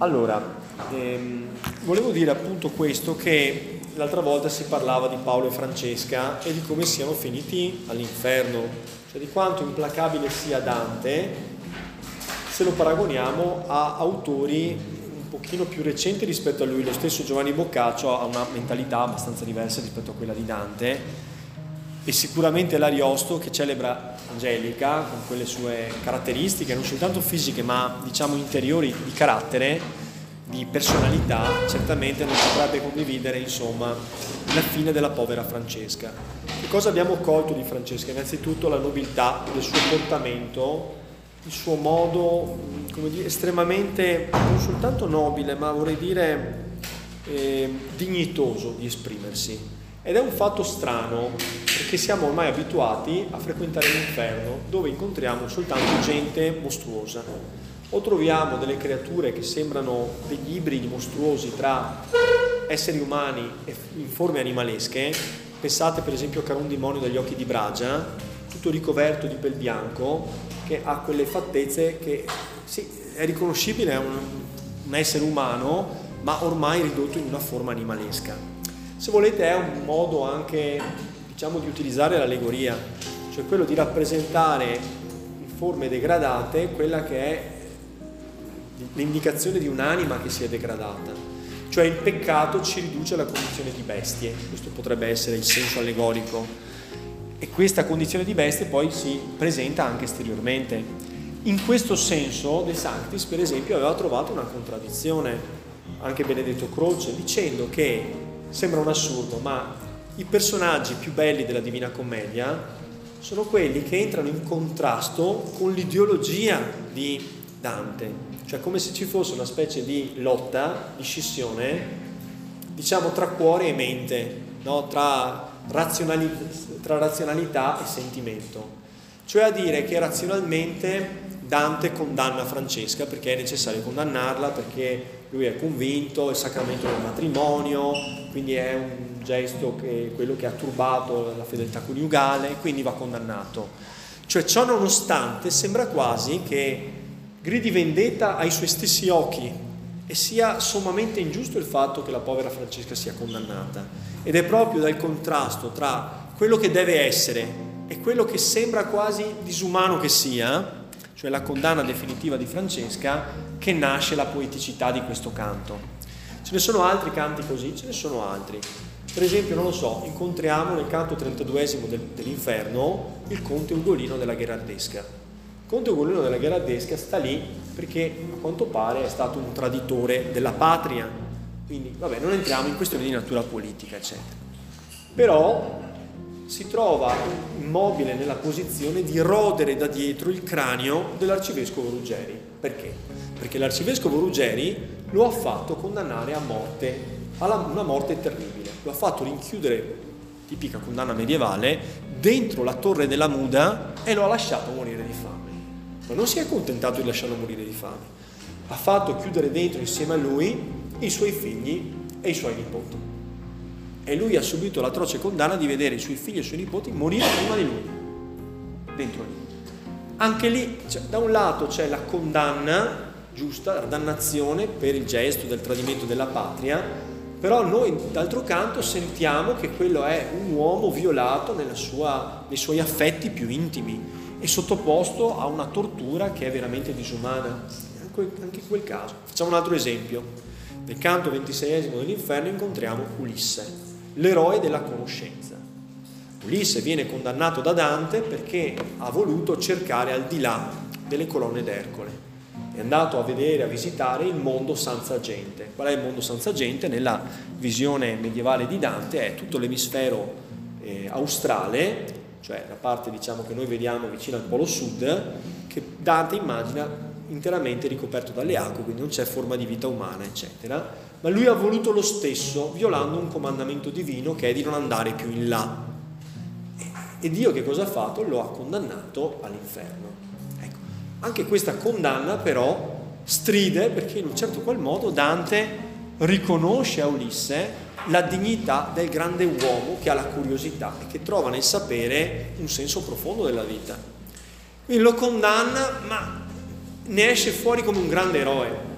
Allora, volevo dire appunto questo, che l'altra volta si parlava di Paolo e Francesca e di come siano finiti all'inferno, cioè di quanto implacabile sia Dante se lo paragoniamo a autori un pochino più recenti rispetto a lui. Lo stesso Giovanni Boccaccio ha una mentalità abbastanza diversa rispetto a quella di Dante, e sicuramente l'Ariosto, che celebra Angelica con quelle sue caratteristiche non soltanto fisiche ma diciamo interiori, di carattere, di personalità, certamente non potrebbe condividere insomma la fine della povera Francesca. Che cosa abbiamo colto di Francesca? Innanzitutto la nobiltà del suo portamento, il suo modo, come dire, estremamente non soltanto nobile ma vorrei dire dignitoso di esprimersi. Ed è un fatto strano, perché siamo ormai abituati a frequentare l'inferno, dove incontriamo soltanto gente mostruosa. O troviamo delle creature che sembrano degli ibridi mostruosi tra esseri umani e in forme animalesche. Pensate per esempio a Carondimonio dagli occhi di Bragia, tutto ricoperto di pel bianco, che ha quelle fattezze che sì, è riconoscibile a un essere umano, ma ormai ridotto in una forma animalesca. Se volete è un modo anche, diciamo, di utilizzare l'allegoria, cioè quello di rappresentare in forme degradate quella che è l'indicazione di un'anima che si è degradata. Cioè il peccato ci riduce alla condizione di bestie, questo potrebbe essere il senso allegorico, e questa condizione di bestie poi si presenta anche esteriormente. In questo senso De Sanctis, per esempio, aveva trovato una contraddizione, anche Benedetto Croce, dicendo che sembra un assurdo, ma i personaggi più belli della Divina Commedia sono quelli che entrano in contrasto con l'ideologia di Dante, cioè come se ci fosse una specie di lotta, di scissione, diciamo tra cuore e mente, no? tra razionalità e sentimento, cioè a dire che razionalmente Dante condanna Francesca perché è necessario condannarla, perché lui è convinto, il sacramento del matrimonio, quindi è un gesto che quello che ha turbato la fedeltà coniugale, quindi va condannato. Cioè ciò nonostante sembra quasi che gridi vendetta ai suoi stessi occhi e sia sommamente ingiusto il fatto che la povera Francesca sia condannata. Ed è proprio dal contrasto tra quello che deve essere e quello che sembra quasi disumano che sia, cioè la condanna definitiva di Francesca, che nasce la poeticità di questo canto. Ce ne sono altri canti così, ce ne sono altri. Per esempio, non lo so, incontriamo nel canto 32esimo dell'Inferno il conte Ugolino della Gherardesca. Il conte Ugolino della Gherardesca sta lì perché a quanto pare è stato un traditore della patria. Quindi, vabbè, non entriamo in questioni di natura politica, eccetera. Però si trova immobile nella posizione di rodere da dietro il cranio dell'arcivescovo Ruggeri. Perché? Perché l'arcivescovo Ruggeri lo ha fatto condannare a morte, una morte terribile. Lo ha fatto rinchiudere, tipica condanna medievale, dentro la torre della Muda e lo ha lasciato morire di fame. Ma non si è accontentato di lasciarlo morire di fame. Ha fatto chiudere dentro insieme a lui i suoi figli e i suoi nipoti. E lui ha subito l'atroce condanna di vedere i suoi figli e i suoi nipoti morire prima di lui, dentro lì. Anche lì, da un lato c'è la condanna giusta, la dannazione per il gesto del tradimento della patria, però noi d'altro canto sentiamo che quello è un uomo violato nei suoi affetti più intimi e sottoposto a una tortura che è veramente disumana. Anche in quel caso. Facciamo un altro esempio. Nel canto 26esimo dell'Inferno incontriamo Ulisse, l'eroe della conoscenza. Ulisse viene condannato da Dante perché ha voluto cercare al di là delle colonne d'Ercole. È andato a vedere, a visitare il mondo senza gente. Qual è il mondo senza gente? Nella visione medievale di Dante è tutto l'emisfero australe, cioè la parte diciamo che noi vediamo vicino al polo sud, che Dante immagina interamente ricoperto dalle acque, quindi non c'è forma di vita umana, eccetera. Ma lui ha voluto lo stesso, violando un comandamento divino che è di non andare più in là. E Dio che cosa ha fatto? Lo ha condannato all'inferno. Ecco, anche questa condanna però stride perché in un certo qual modo Dante riconosce a Ulisse la dignità del grande uomo che ha la curiosità e che trova nel sapere un senso profondo della vita. Quindi lo condanna, ma ne esce fuori come un grande eroe.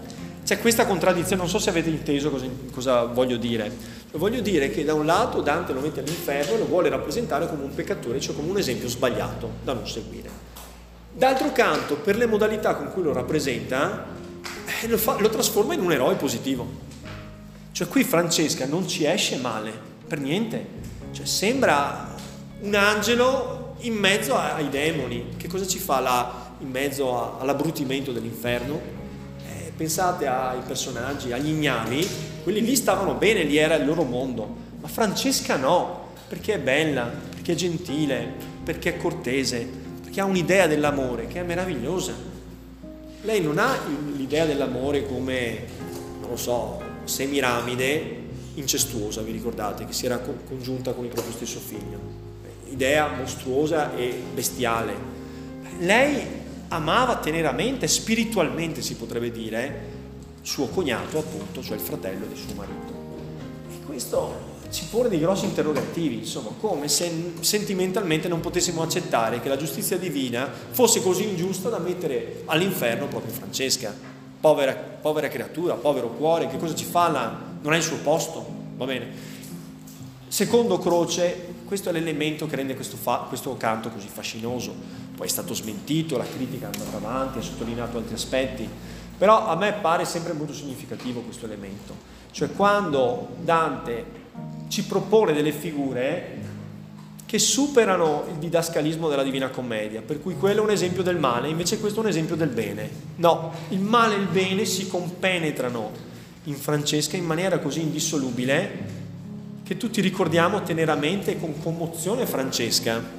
C'è questa contraddizione, non so se avete inteso cosa voglio dire. Voglio dire che da un lato Dante lo mette all'inferno e lo vuole rappresentare come un peccatore, cioè come un esempio sbagliato da non seguire. D'altro canto, per le modalità con cui lo rappresenta, lo trasforma in un eroe positivo. Cioè qui Francesca non ci esce male, per niente. Cioè sembra un angelo in mezzo ai demoni. Che cosa ci fa là in mezzo all'abbrutimento dell'inferno? Pensate ai personaggi, agli ignavi, quelli lì stavano bene, lì era il loro mondo, ma Francesca no, perché è bella, perché è gentile, perché è cortese, perché ha un'idea dell'amore che è meravigliosa. Lei non ha l'idea dell'amore come, non lo so, Semiramide incestuosa, vi ricordate, che si era congiunta con il proprio stesso figlio, idea mostruosa e bestiale. Lei amava teneramente, spiritualmente si potrebbe dire, suo cognato appunto, cioè il fratello di suo marito. E questo ci pone dei grossi interrogativi, insomma, come se sentimentalmente non potessimo accettare che la giustizia divina fosse così ingiusta da mettere all'inferno proprio Francesca. Povera creatura, povero cuore, che cosa ci fa là? Non è il suo posto, va bene. Secondo Croce, questo è l'elemento che rende questo canto così fascinoso. Poi è stato smentito, la critica è andata avanti, ha sottolineato altri aspetti, però a me pare sempre molto significativo questo elemento. Cioè quando Dante ci propone delle figure che superano il didascalismo della Divina Commedia, per cui quello è un esempio del male, invece questo è un esempio del bene. No, il male e il bene si compenetrano in Francesca in maniera così indissolubile che tutti ricordiamo teneramente e con commozione Francesca,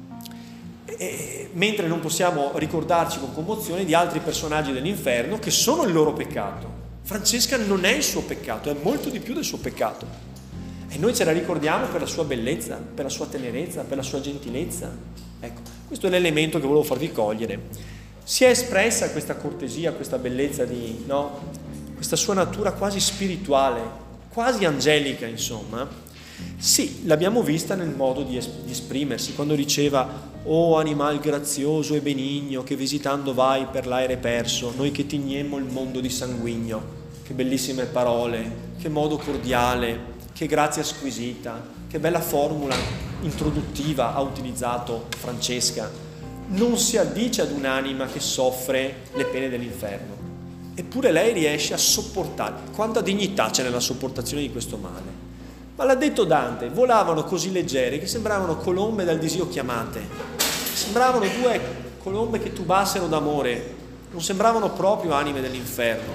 mentre non possiamo ricordarci con commozione di altri personaggi dell'inferno che sono il loro peccato. Francesca non è il suo peccato, è molto di più del suo peccato, e noi ce la ricordiamo per la sua bellezza, per la sua tenerezza, per la sua gentilezza. Ecco, questo è l'elemento che volevo farvi cogliere. Si è espressa questa cortesia, questa bellezza questa sua natura quasi spirituale, quasi angelica, insomma. Sì, l'abbiamo vista nel modo di esprimersi, quando diceva: «O animal grazioso e benigno, che visitando vai per l'aere perso, noi che tignemmo il mondo di sanguigno». Che bellissime parole, che modo cordiale, che grazia squisita, che bella formula introduttiva ha utilizzato Francesca. Non si addice ad un'anima che soffre le pene dell'inferno, eppure lei riesce a sopportare. Quanta dignità c'è nella sopportazione di questo male. Ma l'ha detto Dante, volavano così leggeri che sembravano colombe dal disio chiamate, sembravano due colombe che tubassero d'amore, non sembravano proprio anime dell'inferno.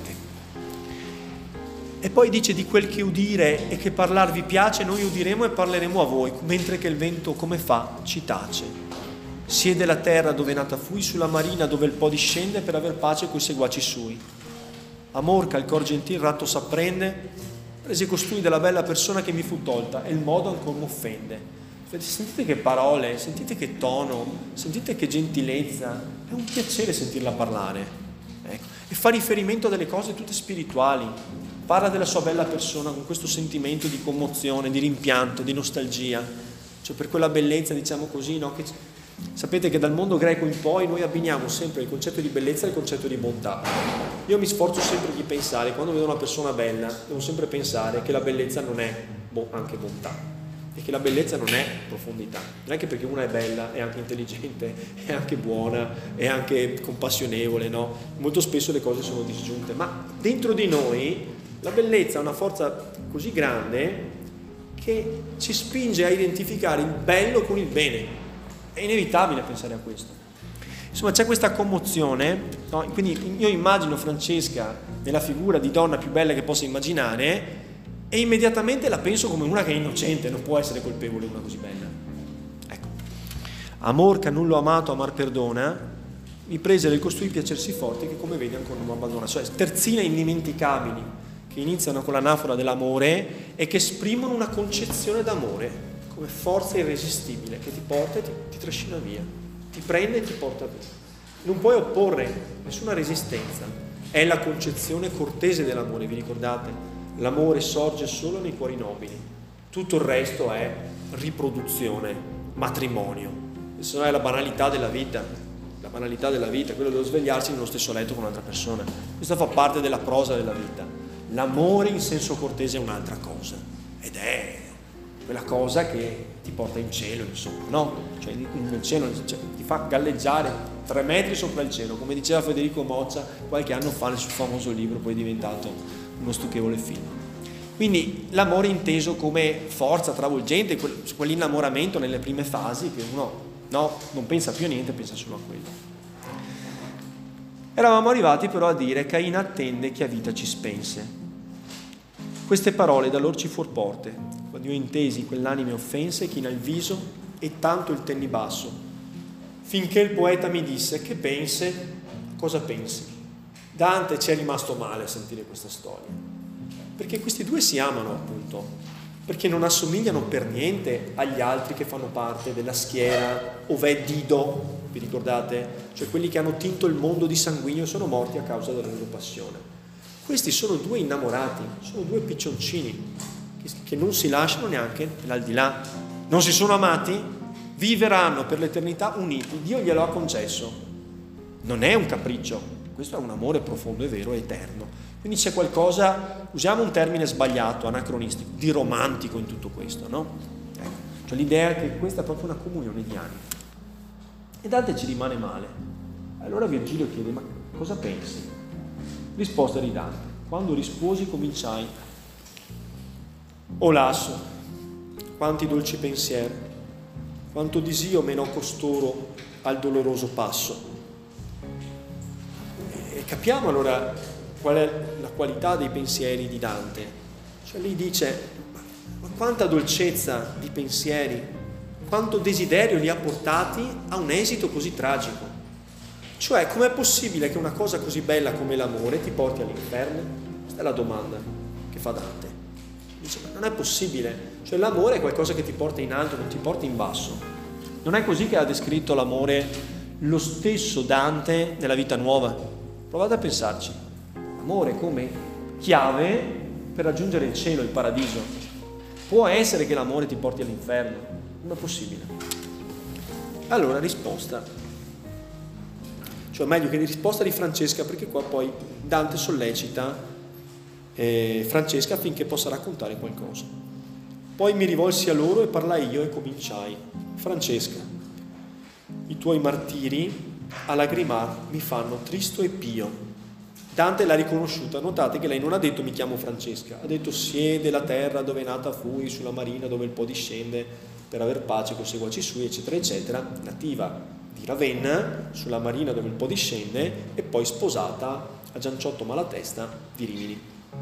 E poi dice: di quel che udire e che parlar vi piace, noi udiremo e parleremo a voi, mentre che il vento come fa ci tace. Siede la terra dove nata fui, sulla marina dove il po' discende per aver pace coi seguaci sui. Amor che al cor gentil ratto s'apprende, prese costui della bella persona che mi fu tolta, e il modo ancora m'offende. Sentite che parole, sentite che tono, sentite che gentilezza, è un piacere sentirla parlare. Ecco. E fa riferimento a delle cose tutte spirituali, parla della sua bella persona con questo sentimento di commozione, di rimpianto, di nostalgia, cioè per quella bellezza, diciamo così, no? Sapete che dal mondo greco in poi noi abbiniamo sempre il concetto di bellezza e il concetto di bontà. Io mi sforzo sempre di pensare, quando vedo una persona bella, devo sempre pensare che la bellezza non è anche bontà, e che la bellezza non è profondità. Non è che perché una è bella è anche intelligente, è anche buona, è anche compassionevole, no? Molto spesso le cose sono disgiunte, ma dentro di noi la bellezza ha una forza così grande che ci spinge a identificare il bello con il bene. È inevitabile pensare a questo. Insomma, c'è questa commozione, no? Quindi io immagino Francesca nella figura di donna più bella che possa immaginare e immediatamente la penso come una che è innocente, non può essere colpevole una così bella. Ecco. Amor che a nullo amato amar perdona, mi prese del costui piacersi forti che come vedi ancora non mi abbandona. Cioè terzine indimenticabili che iniziano con l'anafora dell'amore e che esprimono una concezione d'amore come forza irresistibile che ti porta e ti trascina via, ti prende e ti porta via. Non puoi opporre nessuna resistenza. È la concezione cortese dell'amore, vi ricordate? L'amore sorge solo nei cuori nobili. Tutto il resto è riproduzione, matrimonio. Se no è la banalità della vita. la banalità della vita, quello dello svegliarsi nello stesso letto con un'altra persona. Questo fa parte della prosa della vita. L'amore in senso cortese è un'altra cosa, ed è quella cosa che ti porta in cielo, insomma, no? Cioè nel cielo, cioè, ti fa galleggiare 3 metri sopra il cielo, come diceva Federico Moccia qualche anno fa nel suo famoso libro, poi è diventato uno stucchevole film. Quindi l'amore inteso come forza travolgente, quell'innamoramento nelle prime fasi che uno non pensa più a niente, pensa solo a quello. Eravamo arrivati però a dire: Cain attende che a vita ci spense. Queste parole da lor ci fuor porte, quando io intesi quell'anime offense, china il viso e tanto il tenni basso, finché il poeta mi disse: che pense? Cosa pensi? Dante ci è rimasto male a sentire questa storia, perché questi due si amano, appunto, perché non assomigliano per niente agli altri che fanno parte della schiera ov'è Dido, vi ricordate? Cioè quelli che hanno tinto il mondo di sanguigno e sono morti a causa della loro passione. Questi sono due innamorati, sono due piccioncini che non si lasciano neanche l'aldilà. Non si sono amati? Vivranno per l'eternità uniti. Dio glielo ha concesso. Non è un capriccio, questo è un amore profondo e vero, eterno. Quindi c'è qualcosa, usiamo un termine sbagliato, anacronistico, di romantico in tutto questo, no? Cioè l'idea che questa è proprio una comunione di anime. E Dante ci rimane male. Allora Virgilio chiede: ma cosa pensi? Risposta di Dante: quando risposi cominciai: o lasso, quanti dolci pensieri, quanto disio menò costoro al doloroso passo. E capiamo allora qual è la qualità dei pensieri di Dante. Cioè lui dice: ma quanta dolcezza di pensieri, quanto desiderio li ha portati a un esito così tragico. Cioè, com'è possibile che una cosa così bella come l'amore ti porti all'inferno? Questa è la domanda che fa Dante. Dice: ma non è possibile. Cioè l'amore è qualcosa che ti porta in alto, non ti porta in basso. Non è così che ha descritto l'amore lo stesso Dante nella Vita Nuova. Provate a pensarci. L'amore come chiave per raggiungere il cielo, il paradiso. Può essere che l'amore ti porti all'inferno? Non è possibile. Allora, risposta. Cioè meglio che di risposta di Francesca, perché qua poi Dante sollecita Francesca affinché possa raccontare qualcosa. Poi mi rivolsi a loro e parlai io e cominciai: Francesca, i tuoi martiri a lagrimar mi fanno tristo e pio. Dante l'ha riconosciuta. Notate che lei non ha detto mi chiamo Francesca, ha detto siede la terra dove è nata fui, sulla marina dove il Po discende, per aver pace con seguaci sui, eccetera eccetera, nativa di Ravenna, sulla marina dove il Po discende, e poi sposata a Gianciotto Malatesta di Rimini.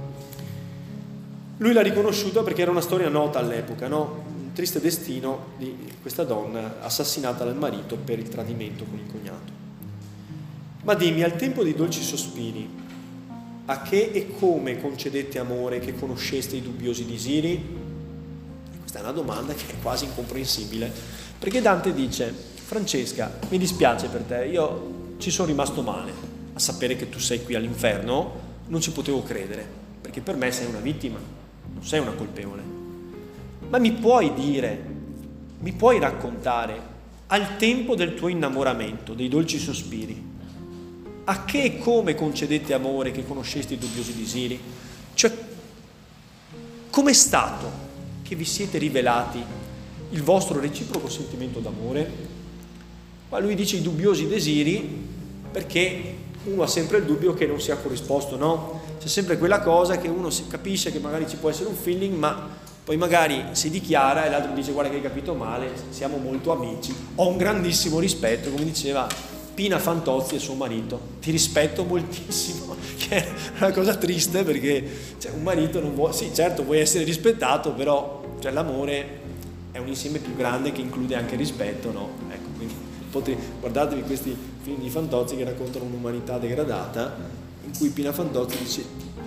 Lui l'ha riconosciuta perché era una storia nota all'epoca, no? Un triste destino di questa donna assassinata dal marito per il tradimento con il cognato. Ma dimmi, al tempo dei dolci sospiri, a che e come concedette amore che conosceste i dubbiosi disiri? Questa è una domanda che è quasi incomprensibile, perché Dante dice: Francesca, mi dispiace per te, io ci sono rimasto male a sapere che tu sei qui all'inferno, non ci potevo credere, perché per me sei una vittima, non sei una colpevole. Ma mi puoi dire, mi puoi raccontare, al tempo del tuo innamoramento, dei dolci sospiri, a che e come concedette amore che conosceste i dubbiosi disiri? Cioè, com'è stato che vi siete rivelati il vostro reciproco sentimento d'amore? Ma lui dice i dubbiosi desiri perché uno ha sempre il dubbio che non sia corrisposto, no? C'è sempre quella cosa che uno si capisce che magari ci può essere un feeling, ma poi magari si dichiara e l'altro dice: guarda che hai capito male, siamo molto amici, ho un grandissimo rispetto, come diceva Pina Fantozzi e suo marito, ti rispetto moltissimo, che è una cosa triste perché un marito non vuole, sì certo vuoi essere rispettato, però l'amore è un insieme più grande che include anche il rispetto, no? Ecco, quindi guardatevi questi film di Fantozzi che raccontano un'umanità degradata, in cui Pina Fantozzi dice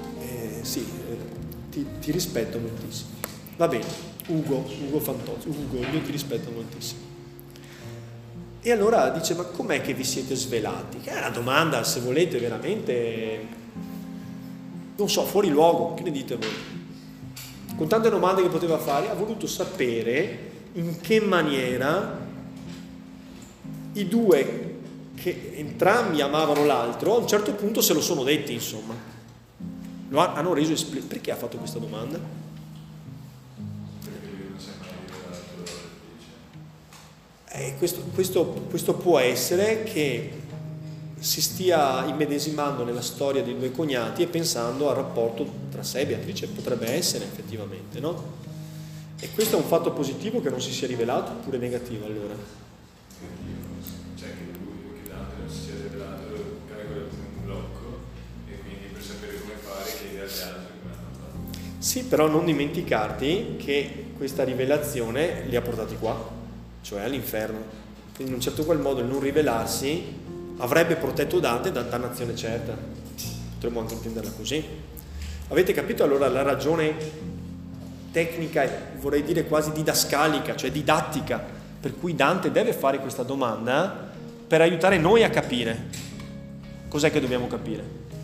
ti rispetto moltissimo. Va bene, Ugo Fantozzi, Ugo, io ti rispetto moltissimo. E allora dice: ma com'è che vi siete svelati? Che è una domanda, se volete, veramente, non so, fuori luogo, che ne dite voi? Con tante domande che poteva fare, ha voluto sapere in che maniera i due che entrambi amavano l'altro, a un certo punto se lo sono detti, insomma. Lo hanno reso esplicito. Perché ha fatto questa domanda? Perché lui non si è mai rivelato. Questo può essere che si stia immedesimando nella storia dei due cognati e pensando al rapporto tra sé e Beatrice, potrebbe essere effettivamente, no? E questo è un fatto positivo che non si sia rivelato oppure negativo allora? Cioè che lui, che Dante non si sia rivelato, calcola come un blocco e quindi per sapere come fare chiede agli altri come hanno fatto. Sì, però non dimenticarti che questa rivelazione li ha portati qua, cioè all'inferno. Quindi in un certo qual modo il non rivelarsi avrebbe protetto Dante da dannazione certa. Potremmo anche intenderla così. Avete capito allora la ragione tecnica e vorrei dire quasi didascalica, cioè didattica, per cui Dante deve fare questa domanda per aiutare noi a capire cos'è che dobbiamo capire.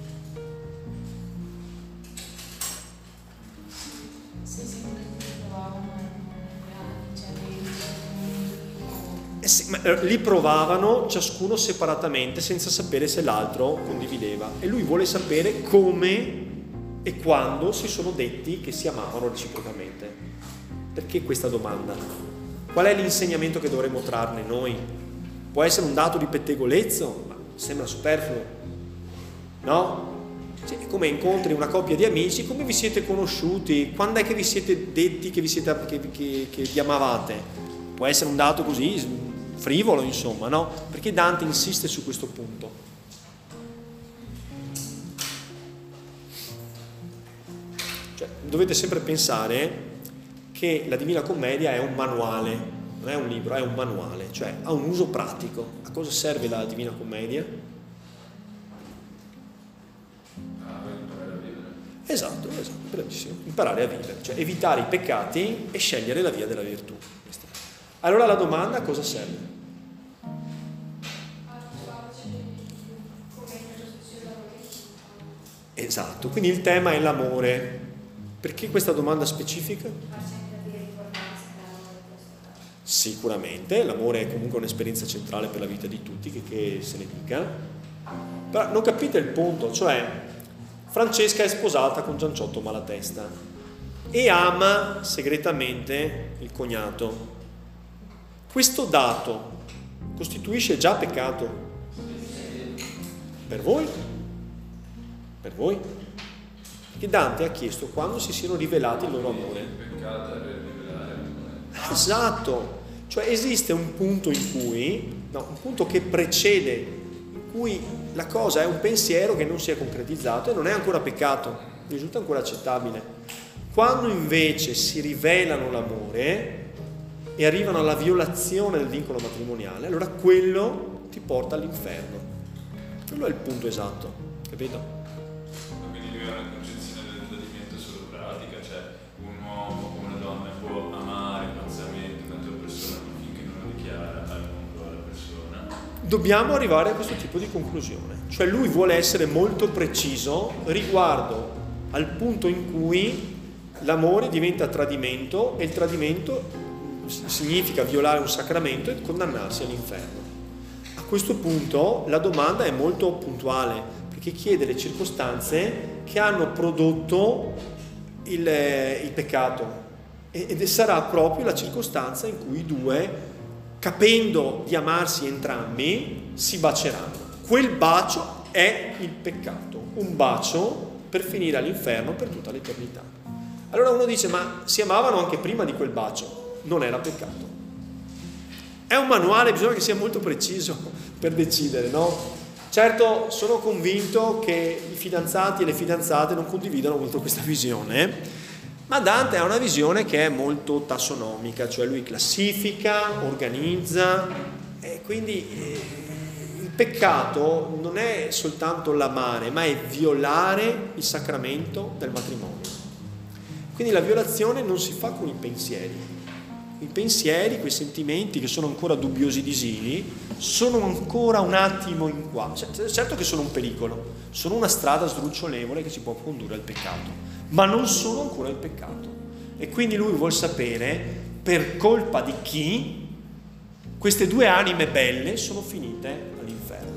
Sì, ma li provavano ciascuno separatamente senza sapere se l'altro condivideva e lui vuole sapere come e quando si sono detti che si amavano reciprocamente. Perché questa domanda? Qual è l'insegnamento che dovremmo trarne noi? Può essere un dato di pettegolezzo, ma sembra superfluo, no? Cioè, come incontri una coppia di amici, come vi siete conosciuti? Quando è che vi siete detti che vi amavate? Può essere un dato così frivolo, insomma, no? Perché Dante insiste su questo punto. Cioè, dovete sempre pensare che la Divina Commedia è un manuale, non è un libro, è un manuale, cioè ha un uso pratico. A cosa serve la Divina Commedia? Imparare a vivere. Esatto, bravissimo, imparare a vivere, cioè evitare i peccati e scegliere la via della virtù. Allora la domanda a cosa serve? Esatto, quindi il tema è l'amore. Perché questa domanda specifica? Sicuramente, l'amore è comunque un'esperienza centrale per la vita di tutti, che se ne dica. Però non capite il punto, cioè Francesca è sposata con Gianciotto Malatesta e ama segretamente il cognato. Questo dato costituisce già peccato? Per voi? Per voi? Che Dante ha chiesto quando si siano rivelati il loro amore. Peccato è rivelare l'amore. Esatto, cioè esiste un punto in cui, un punto che precede, in cui la cosa è un pensiero che non si è concretizzato e non è ancora peccato, risulta ancora accettabile. Quando invece si rivelano l'amore e arrivano alla violazione del vincolo matrimoniale, allora quello ti porta all'inferno. Quello è il punto esatto, capito? Quindi lui ha una concezione del tradimento solo pratica, cioè un uomo o una donna può amare pazzamente un'altra persona finché non lo dichiara al mondo alla persona. Dobbiamo arrivare a questo tipo di conclusione, cioè lui vuole essere molto preciso riguardo al punto in cui l'amore diventa tradimento e il tradimento significa violare un sacramento e condannarsi all'inferno. A questo punto la domanda è molto puntuale, perché chiede le circostanze che hanno prodotto il peccato ed sarà proprio la circostanza in cui i due, capendo di amarsi entrambi, si bacieranno. Quel bacio è il peccato, un bacio per finire all'inferno per tutta l'eternità. Allora uno dice, ma si amavano anche prima di quel bacio? Non era peccato. È un manuale, bisogna che sia molto preciso per decidere, no? Certo, sono convinto che i fidanzati e le fidanzate non condividano molto questa visione, ma Dante ha una visione che è molto tassonomica, cioè lui classifica, organizza, e quindi il peccato non è soltanto l'amare, ma è violare il sacramento del matrimonio. Quindi la violazione non si fa con i pensieri. I pensieri, quei sentimenti che sono ancora dubbiosi disili, sono ancora un attimo in qua. Certo che sono un pericolo, sono una strada sdrucciolevole che ci può condurre al peccato, ma non sono ancora il peccato. E quindi lui vuol sapere per colpa di chi queste due anime belle sono finite all'inferno.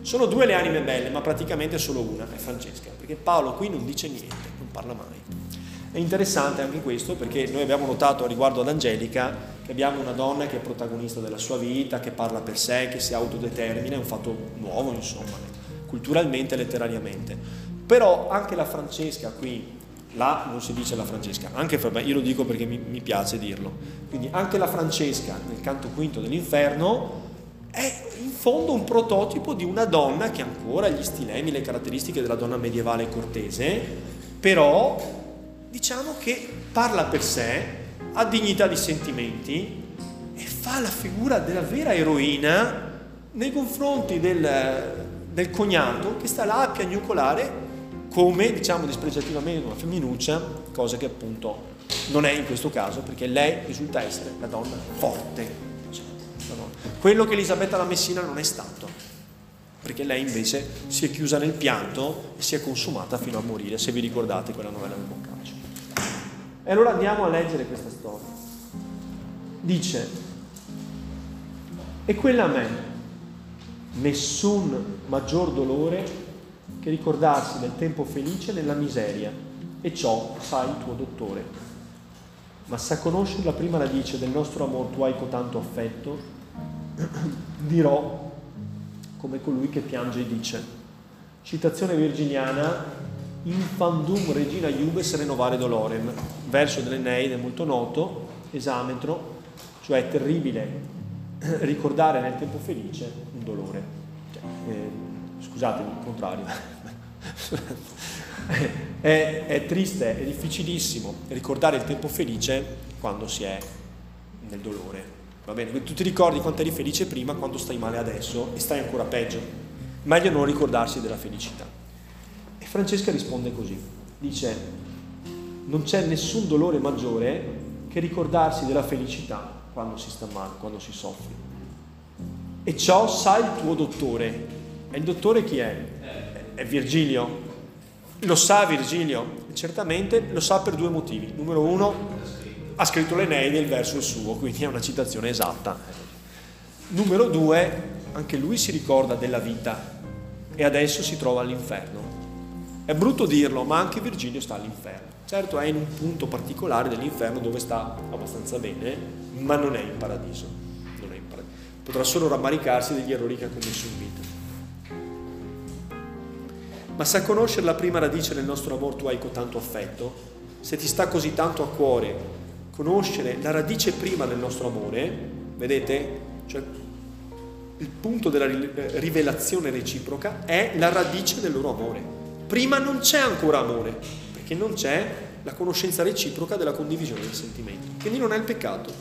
Sono due le anime belle, ma praticamente solo una, è Francesca, perché Paolo qui non dice niente, non parla mai. È interessante anche questo, perché noi abbiamo notato riguardo ad Angelica che abbiamo una donna che è protagonista della sua vita, che parla per sé, che si autodetermina, è un fatto nuovo, insomma, culturalmente e letterariamente. Però anche la Francesca qui, là non si dice la Francesca, anche per me, io lo dico perché mi piace dirlo, quindi anche la Francesca nel canto quinto dell'Inferno è in fondo un prototipo di una donna che ancora ha gli stilemi, le caratteristiche della donna medievale cortese, però diciamo che parla per sé, ha dignità di sentimenti e fa la figura della vera eroina nei confronti del cognato che sta là a piagnucolare come, diciamo dispregiativamente, una femminuccia, cosa che appunto non è in questo caso, perché lei risulta essere la donna forte, la donna. Quello che Elisabetta la Messina non è stato, perché lei invece si è chiusa nel pianto e si è consumata fino a morire, se vi ricordate quella novella del Boccaccio. E allora andiamo a leggere questa storia. Dice: e quella a me nessun maggior dolore che ricordarsi del tempo felice nella miseria, e ciò sai il tuo dottore. Ma sa conoscere la prima radice del nostro amor tu hai cotanto affetto, dirò come colui che piange e dice. Citazione virginiana: infandum regina iubes renovare dolorem, verso dell'Eneide molto noto, esametro, cioè è terribile ricordare nel tempo felice un dolore. Scusatemi, il contrario. È triste, è difficilissimo ricordare il tempo felice quando si è nel dolore. Va bene, tu ti ricordi quanto eri felice prima, quando stai male adesso e stai ancora peggio. Meglio non ricordarsi della felicità. E Francesca risponde così, dice: non c'è nessun dolore maggiore che ricordarsi della felicità quando si sta male, quando si soffre. E ciò sa il tuo dottore. E il dottore chi è? È Virgilio. Lo sa Virgilio? Certamente lo sa per due motivi. Numero uno, ha scritto l'Eneide, il verso è suo, quindi è una citazione esatta. Numero due, anche lui si ricorda della vita e adesso si trova all'inferno. È brutto dirlo, ma anche Virgilio sta all'inferno. Certo, è in un punto particolare dell'inferno dove sta abbastanza bene, ma non è in paradiso. Non è in paradiso. Potrà solo rammaricarsi degli errori che ha commesso in vita. Ma sa conoscere la prima radice del nostro amor tu hai cotanto affetto? Se ti sta così tanto a cuore conoscere la radice prima del nostro amore, vedete? Cioè il punto della rivelazione reciproca è la radice del loro amore. Prima non c'è ancora amore, perché non c'è la conoscenza reciproca della condivisione del sentimento. Quindi non è il peccato.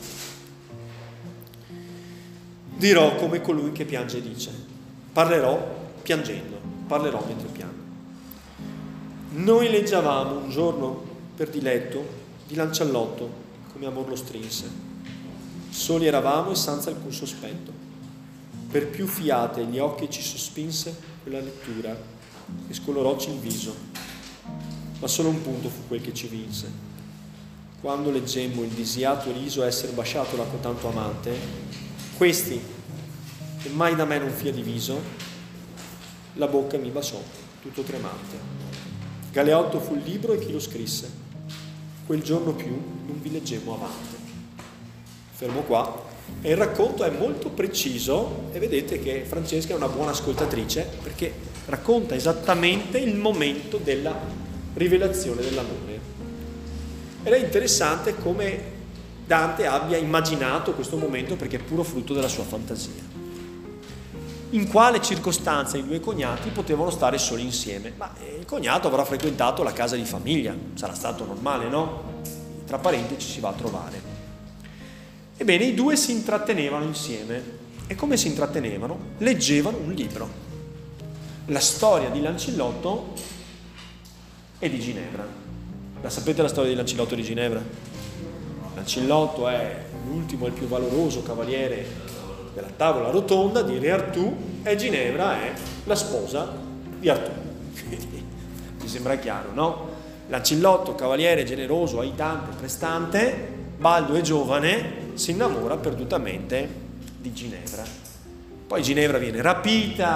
Dirò come colui che piange dice. Parlerò piangendo, parlerò mentre piango. Noi leggiavamo un giorno per diletto di Lanciallotto, come amor lo strinse. Soli eravamo e senza alcun sospetto. Per più fiate gli occhi ci sospinse quella lettura e scoloròci il viso. Ma solo un punto fu quel che ci vinse. Quando leggemmo il disiato riso esser basciato da cotanto amante, questi, che mai da me non fia diviso, la bocca mi baciò, tutto tremante. Galeotto fu il libro e chi lo scrisse. Quel giorno più non vi leggemmo avanti. Fermo qua. E il racconto è molto preciso e vedete che Francesca è una buona ascoltatrice perché racconta esattamente il momento della rivelazione dell'amore. Ed è interessante come Dante abbia immaginato questo momento perché è puro frutto della sua fantasia. In quale circostanza i due cognati potevano stare soli insieme? Ma il cognato avrà frequentato la casa di famiglia, sarà stato normale, no? Tra parenti ci si va a trovare. Ebbene, i due si intrattenevano insieme. E come si intrattenevano? Leggevano un libro. La storia di Lancillotto e di Ginevra. La sapete la storia di Lancillotto e di Ginevra? Lancillotto è l'ultimo e il più valoroso cavaliere della tavola rotonda di Re Artù e Ginevra è la sposa di Artù. Mi sembra chiaro, no? Lancillotto, cavaliere generoso, aitante, prestante, baldo e giovane, si innamora perdutamente di Ginevra. Poi Ginevra viene rapita,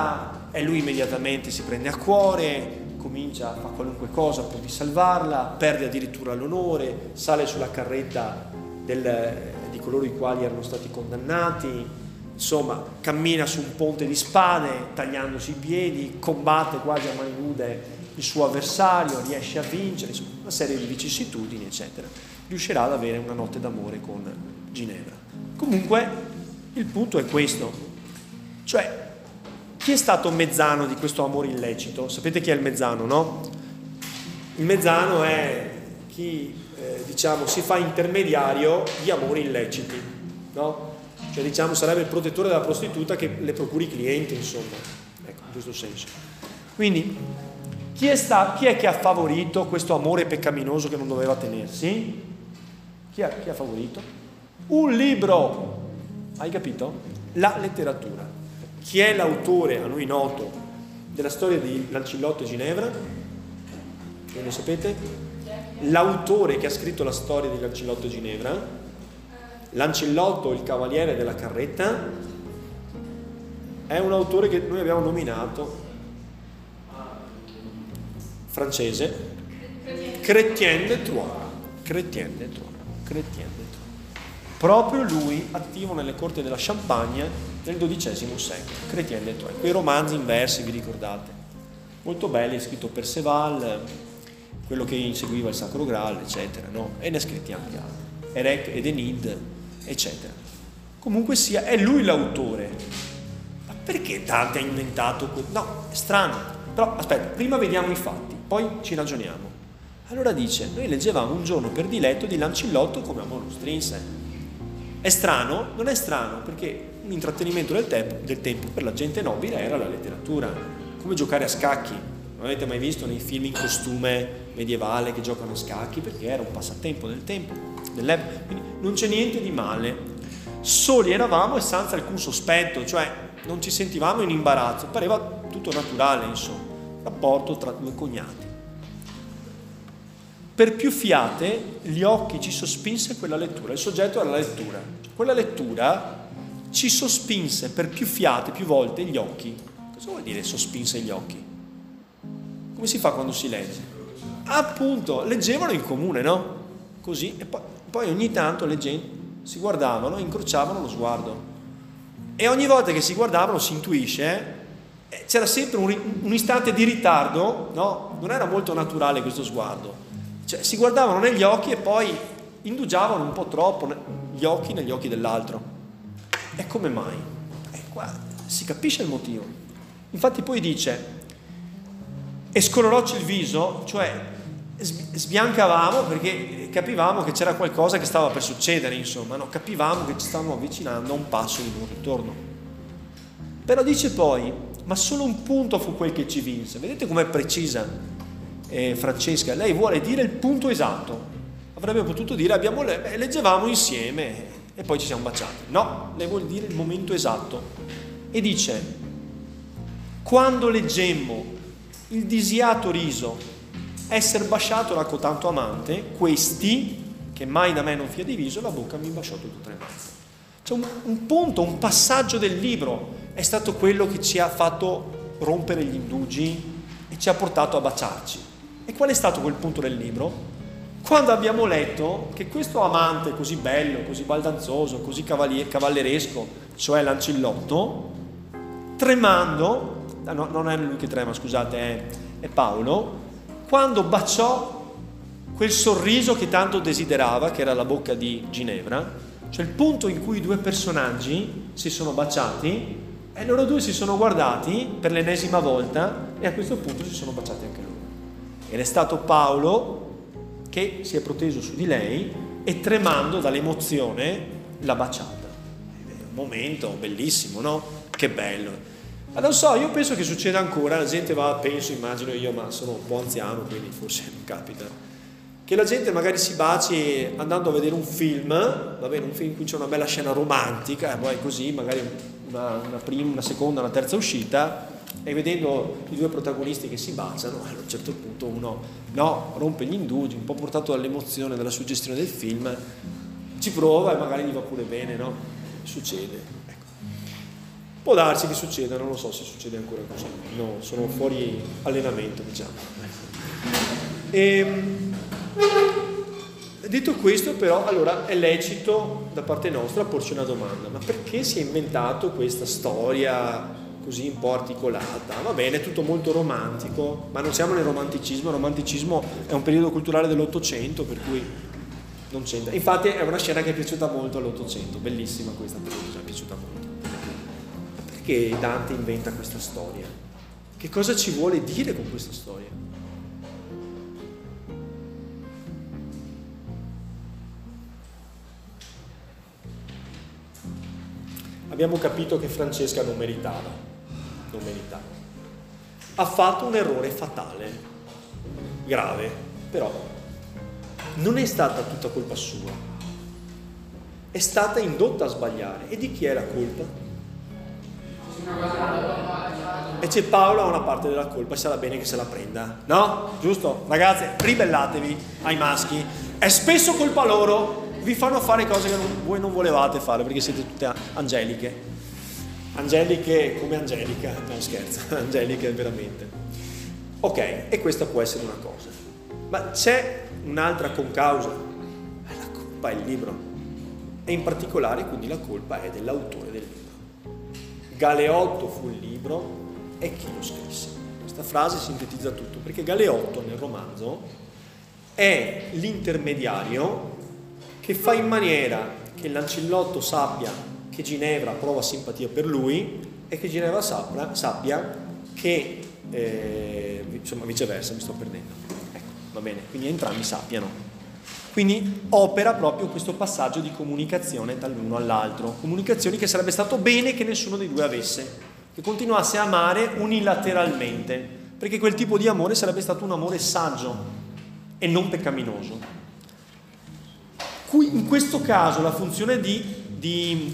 e lui immediatamente si prende a cuore, comincia a fare qualunque cosa pur di salvarla, perde addirittura l'onore, sale sulla carretta di coloro i quali erano stati condannati, insomma cammina su un ponte di spade tagliandosi i piedi, combatte quasi a mani nude il suo avversario, riesce a vincere, insomma, una serie di vicissitudini eccetera. Riuscirà ad avere una notte d'amore con Ginevra. Comunque il punto è questo, cioè chi è stato mezzano di questo amore illecito? Sapete chi è il mezzano, no? Il mezzano è chi si fa intermediario di amori illeciti, no? Cioè sarebbe il protettore della prostituta che le procuri i clienti, insomma, ecco, in questo senso. Quindi chi è che ha favorito questo amore peccaminoso che non doveva tenersi? Chi ha favorito? Un libro, hai capito? La letteratura. Chi è l'autore a noi noto della storia di Lancillotto e Ginevra? Che ne sapete? L'autore che ha scritto la storia di Lancillotto e Ginevra, Lancillotto, il cavaliere della carretta, è un autore che noi abbiamo nominato francese, Chrétien de Troyes. Proprio lui, attivo nelle corti della Champagne nel XII secolo, Chrétien de Troyes. Quei romanzi in versi, vi ricordate? Molto belli, è scritto Perceval, quello che inseguiva il Sacro Graal, eccetera, no? E ne ha scritti anche altri, Erec ed Enid, eccetera. Comunque sia, è lui l'autore. Ma perché Dante ha inventato no, è strano. Però aspetta, prima vediamo i fatti, poi ci ragioniamo. Allora dice, noi leggevamo un giorno per diletto di Lancillotto come amor strinse. È strano? Non è strano, perché un intrattenimento del tempo per la gente nobile era la letteratura, come giocare a scacchi. Non avete mai visto nei film in costume medievale che giocano a scacchi? Perché era un passatempo del tempo, dell'epoca. Quindi non c'è niente di male. Soli eravamo e senza alcun sospetto, cioè non ci sentivamo in imbarazzo, pareva tutto naturale, insomma, rapporto tra due cognati. Per più fiate gli occhi ci sospinse quella lettura, il soggetto era la lettura. Quella lettura ci sospinse per più fiate, più volte gli occhi. Cosa vuol dire sospinse gli occhi? Come si fa quando si legge? Appunto, leggevano in comune, no? Così, e poi ogni tanto leggendo si guardavano, incrociavano lo sguardo. E ogni volta che si guardavano si intuisce, c'era sempre un istante di ritardo, no? Non era molto naturale questo sguardo. Cioè, si guardavano negli occhi e poi indugiavano un po' troppo gli occhi negli occhi dell'altro. E come mai? Qua si capisce il motivo. Infatti poi dice, e scolorocci il viso, cioè sbiancavamo perché capivamo che c'era qualcosa che stava per succedere, insomma, no? Capivamo che ci stavamo avvicinando a un passo di non ritorno. Però dice poi, ma solo un punto fu quel che ci vinse. Vedete com'è precisa Francesca? Lei vuole dire il punto esatto. Avrebbe potuto dire leggevamo insieme e poi ci siamo baciati. No, lei vuole dire il momento esatto. E dice, quando leggemmo il disiato riso esser basciato la cotanto amante, questi, che mai da me non fia diviso, la bocca mi basciò tutto tremante. Cioè un punto, un passaggio del libro è stato quello che ci ha fatto rompere gli indugi e ci ha portato a baciarci. E qual è stato quel punto del libro? Quando abbiamo letto che questo amante così bello, così baldanzoso, così cavalleresco, cioè Lancillotto, tremando, no, non è lui che trema, scusate, è Paolo, quando baciò quel sorriso che tanto desiderava, che era la bocca di Ginevra, cioè il punto in cui i due personaggi si sono baciati e loro due si sono guardati per l'ennesima volta e a questo punto si sono baciati anche loro. Ed è stato Paolo che si è proteso su di lei e tremando dall'emozione l'ha baciata. È un momento bellissimo, no? Che bello. Ma non so, io penso che succeda ancora, la gente immagino io, ma sono un po' anziano, quindi forse non capita, che la gente magari si baci andando a vedere un film, va bene, un film in cui c'è una bella scena romantica, e poi così magari una prima, una seconda, una terza uscita, e vedendo i due protagonisti che si baciano, a un certo punto uno rompe gli indugi, un po' portato dall'emozione, dalla suggestione del film, ci prova e magari gli va pure bene, no? Succede. Ecco. Può darsi che succeda, non lo so se succede ancora così, no, sono fuori allenamento, diciamo. Detto questo, però, allora è lecito da parte nostra porci una domanda: ma perché si è inventato questa storia così un po' articolata? Va bene, è tutto molto romantico, ma non siamo nel romanticismo. Il romanticismo è un periodo culturale dell'Ottocento, per cui non c'entra. Infatti è una scena che è piaciuta molto all'Ottocento, bellissima questa, per cui ci è piaciuta molto. Perché Dante inventa questa storia? Che cosa ci vuole dire con questa storia? Abbiamo capito che Francesca non meritava. Ha fatto un errore fatale, grave, però non è stata tutta colpa sua, è stata indotta a sbagliare. E di chi è la colpa? E c'è Paolo a una parte della colpa, e sarà bene che se la prenda, no? Giusto? Ragazze, ribellatevi ai maschi, è spesso colpa loro, vi fanno fare cose che voi non volevate fare perché siete tutte angeliche come Angelica, no scherzo, angeliche veramente. Ok, e questa può essere una cosa, ma c'è un'altra concausa, la colpa è il libro, e in particolare quindi la colpa è dell'autore del libro. Galeotto fu il libro e chi lo scrisse. Questa frase sintetizza tutto, perché Galeotto nel romanzo è l'intermediario che fa in maniera che Lancillotto sappia che Ginevra prova simpatia per lui e che Ginevra sappia che insomma viceversa, mi sto perdendo, ecco, va bene, quindi entrambi sappiano. Quindi opera proprio questo passaggio di comunicazione dall'uno all'altro, comunicazioni che sarebbe stato bene che nessuno dei due avesse, che continuasse a amare unilateralmente, perché quel tipo di amore sarebbe stato un amore saggio e non peccaminoso. Qui, in questo caso, la funzione di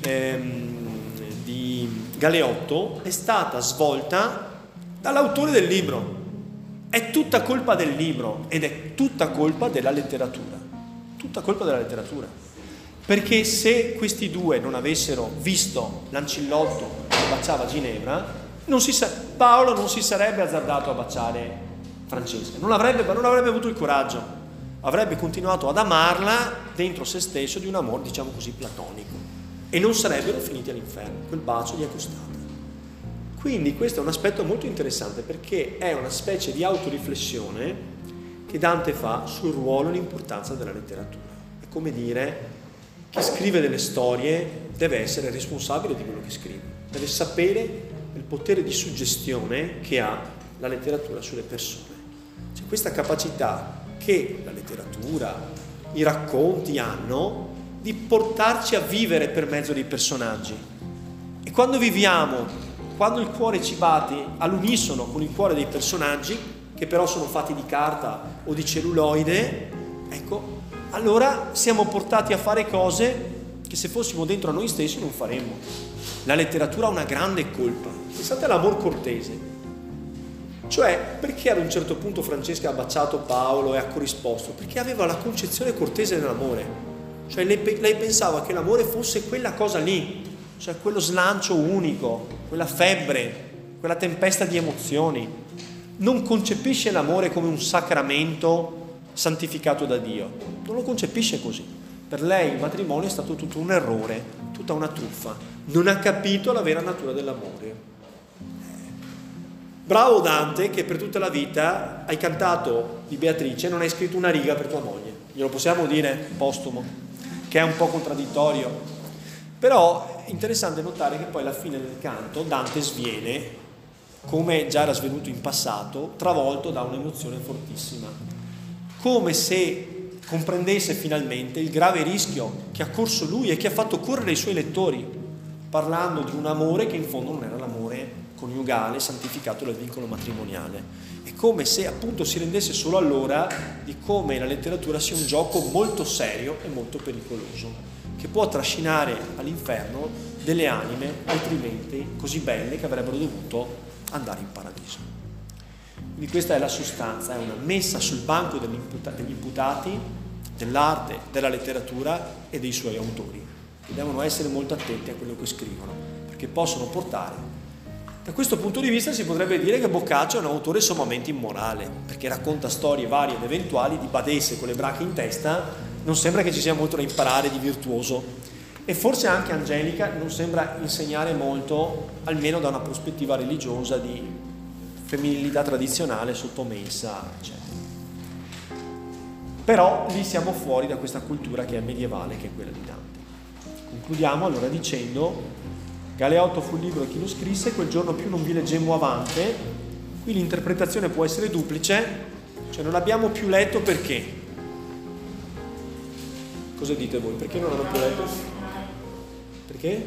Galeotto è stata svolta dall'autore del libro. È tutta colpa del libro ed è tutta colpa della letteratura. Tutta colpa della letteratura. Perché se questi due non avessero visto Lancillotto che baciava Ginevra, Paolo non si sarebbe azzardato a baciare Francesca. Non avrebbe avuto il coraggio. Avrebbe continuato ad amarla dentro se stesso di un amore, diciamo così, platonico, e non sarebbero finiti all'inferno. Quel bacio gli è costato. Quindi questo è un aspetto molto interessante, perché è una specie di autoriflessione che Dante fa sul ruolo e l'importanza della letteratura. È come dire: chi scrive delle storie deve essere responsabile di quello che scrive, deve sapere il potere di suggestione che ha la letteratura sulle persone. C'è questa capacità che la letteratura, i racconti hanno di portarci a vivere per mezzo dei personaggi. E quando viviamo, quando il cuore ci batte all'unisono con il cuore dei personaggi, che però sono fatti di carta o di celluloide, ecco, allora siamo portati a fare cose che se fossimo dentro a noi stessi non faremmo. La letteratura ha una grande colpa. Pensate all'amor cortese. Cioè, perché ad un certo punto Francesca ha baciato Paolo e ha corrisposto? Perché aveva la concezione cortese dell'amore. Cioè, lei pensava che l'amore fosse quella cosa lì, cioè quello slancio unico, quella febbre, quella tempesta di emozioni. Non concepisce l'amore come un sacramento santificato da Dio. Non lo concepisce così. Per lei il matrimonio è stato tutto un errore, tutta una truffa. Non ha capito la vera natura dell'amore. Bravo Dante, che per tutta la vita hai cantato di Beatrice e non hai scritto una riga per tua moglie. Glielo possiamo dire postumo, che è un po' contraddittorio. Però è interessante notare che poi alla fine del canto Dante sviene, come già era svenuto in passato, travolto da un'emozione fortissima. Come se comprendesse finalmente il grave rischio che ha corso lui e che ha fatto correre i suoi lettori, parlando di un amore che in fondo non era l'amore coniugale santificato dal vincolo matrimoniale. È come se appunto si rendesse solo allora di come la letteratura sia un gioco molto serio e molto pericoloso, che può trascinare all'inferno delle anime altrimenti così belle che avrebbero dovuto andare in paradiso. Quindi questa è la sostanza, è una messa sul banco degli imputati dell'arte, della letteratura e dei suoi autori, che devono essere molto attenti a quello che scrivono, perché che possono portare. Da questo punto di vista si potrebbe dire che Boccaccio è un autore sommamente immorale, perché racconta storie varie ed eventuali di badesse con le brache in testa, non sembra che ci sia molto da imparare di virtuoso. E forse anche Angelica non sembra insegnare molto, almeno da una prospettiva religiosa, di femminilità tradizionale, sottomessa, eccetera. Però lì siamo fuori da questa cultura che è medievale, che è quella di Dante. Concludiamo allora dicendo: Galeotto fu il libro chi lo scrisse, quel giorno più non vi leggemmo avante. Qui l'interpretazione può essere duplice, cioè non abbiamo più letto perché. Cosa dite voi? Perché non hanno più letto? Perché?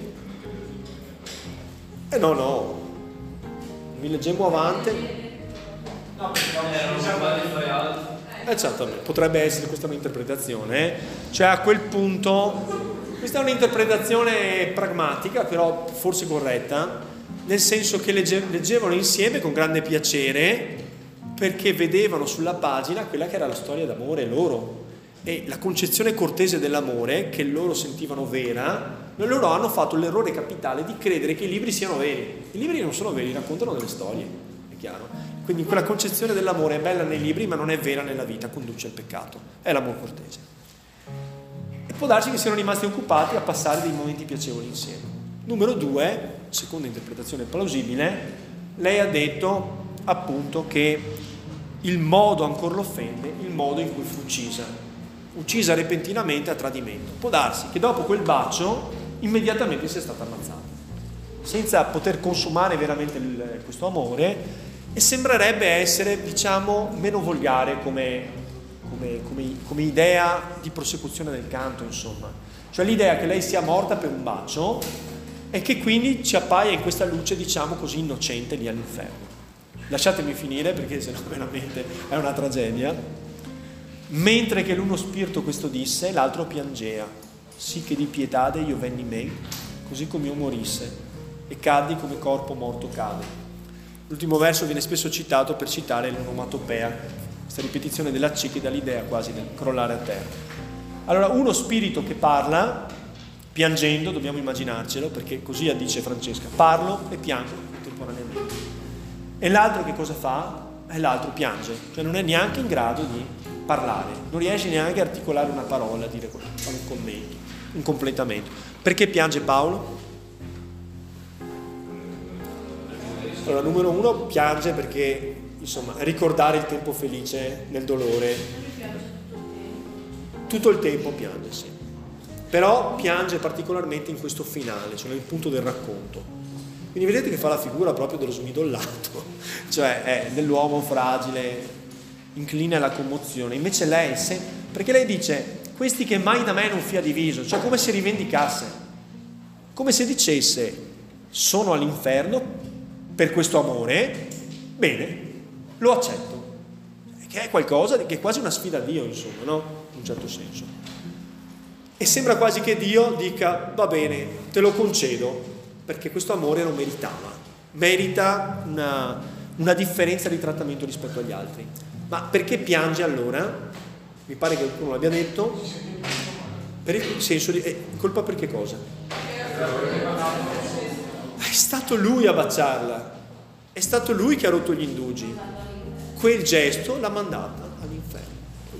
No, non vi leggemmo avante. No, perché erano sbagliati fare altro. Esattamente, potrebbe essere questa un'interpretazione, cioè a quel punto. Questa è un'interpretazione pragmatica, però forse corretta, nel senso che leggevano insieme con grande piacere, perché vedevano sulla pagina quella che era la storia d'amore loro e la concezione cortese dell'amore che loro sentivano vera. Loro hanno fatto l'errore capitale di credere che i libri siano veri. I libri non sono veri, raccontano delle storie, è chiaro. Quindi quella concezione dell'amore è bella nei libri, ma non è vera nella vita, conduce al peccato. È l'amor cortese. Può darsi che siano rimasti occupati a passare dei momenti piacevoli insieme. Numero 2, seconda interpretazione plausibile, lei ha detto appunto che il modo ancora l'offende, il modo in cui fu uccisa repentinamente a tradimento. Può darsi che dopo quel bacio immediatamente sia stata ammazzata, senza poter consumare veramente questo amore, e sembrerebbe essere, diciamo, meno volgare come idea di prosecuzione del canto, insomma. Cioè l'idea che lei sia morta per un bacio e che quindi ci appaia in questa luce, diciamo così, innocente lì all'inferno. Lasciatemi finire, perché sennò veramente è una tragedia. Mentre che l'uno spirito questo disse, l'altro piangea, sì che di pietade io venni me, così come io morisse, e caddi come corpo morto cade. L'ultimo verso viene spesso citato per citare l'onomatopea, questa ripetizione della C che dà l'idea quasi del crollare a terra. Allora, uno spirito che parla, piangendo, dobbiamo immaginarcelo, perché così dice Francesca, parlo e piango contemporaneamente. E l'altro che cosa fa? L'altro piange, cioè non è neanche in grado di parlare, non riesce neanche a articolare una parola, a dire, fare un commento, un completamento. Perché piange Paolo? Allora, numero 1, piange perché, insomma, ricordare il tempo felice nel dolore. Tutto il tempo piange, sì. Però piange particolarmente in questo finale, cioè nel punto del racconto. Quindi vedete che fa la figura proprio dello smidollato, cioè è dell'uomo fragile, incline alla commozione. Invece lei, perché lei dice, questi che mai da me non fia diviso, cioè come se rivendicasse, come se dicesse, sono all'inferno per questo amore, bene, lo accetto, che è qualcosa che è quasi una sfida a Dio, insomma, no? In un certo senso. E sembra quasi che Dio dica, va bene, te lo concedo, perché questo amore lo merita una differenza di trattamento rispetto agli altri. Ma perché piange allora? Mi pare che qualcuno l'abbia detto. Per il senso di... colpa per che cosa? È stato lui a baciarla, è stato lui che ha rotto gli indugi. Quel gesto l'ha mandata all'inferno.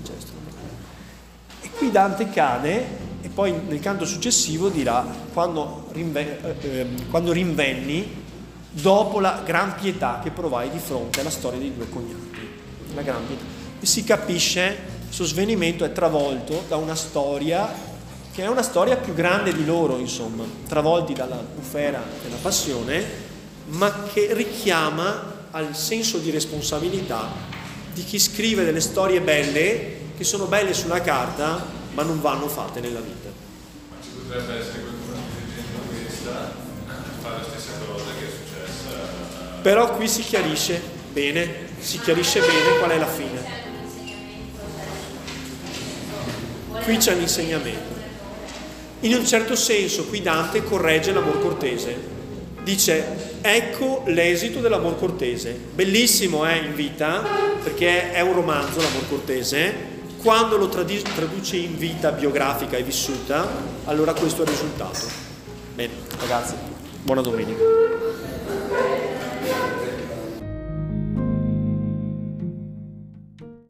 E qui Dante cade, e poi nel canto successivo dirà, quando rinvenni, dopo la gran pietà che provai di fronte alla storia dei due cognati. La gran pietà. E si capisce, il suo svenimento è travolto da una storia che è una storia più grande di loro, insomma, travolti dalla bufera della passione, ma che richiama al senso di responsabilità di chi scrive delle storie belle, che sono belle sulla carta, ma non vanno fatte nella vita. Ma ci potrebbe essere qualcuno che leggendo questa fa la stessa cosa che è successa. Però qui si chiarisce bene qual è la fine. Qui c'è l'insegnamento. In un certo senso qui Dante corregge l'amor cortese. Dice, ecco l'esito dell'amor cortese. Bellissimo in vita, perché è un romanzo l'amor cortese. Quando lo traduce in vita biografica e vissuta, allora questo è il risultato. Bene, ragazzi. Buona domenica.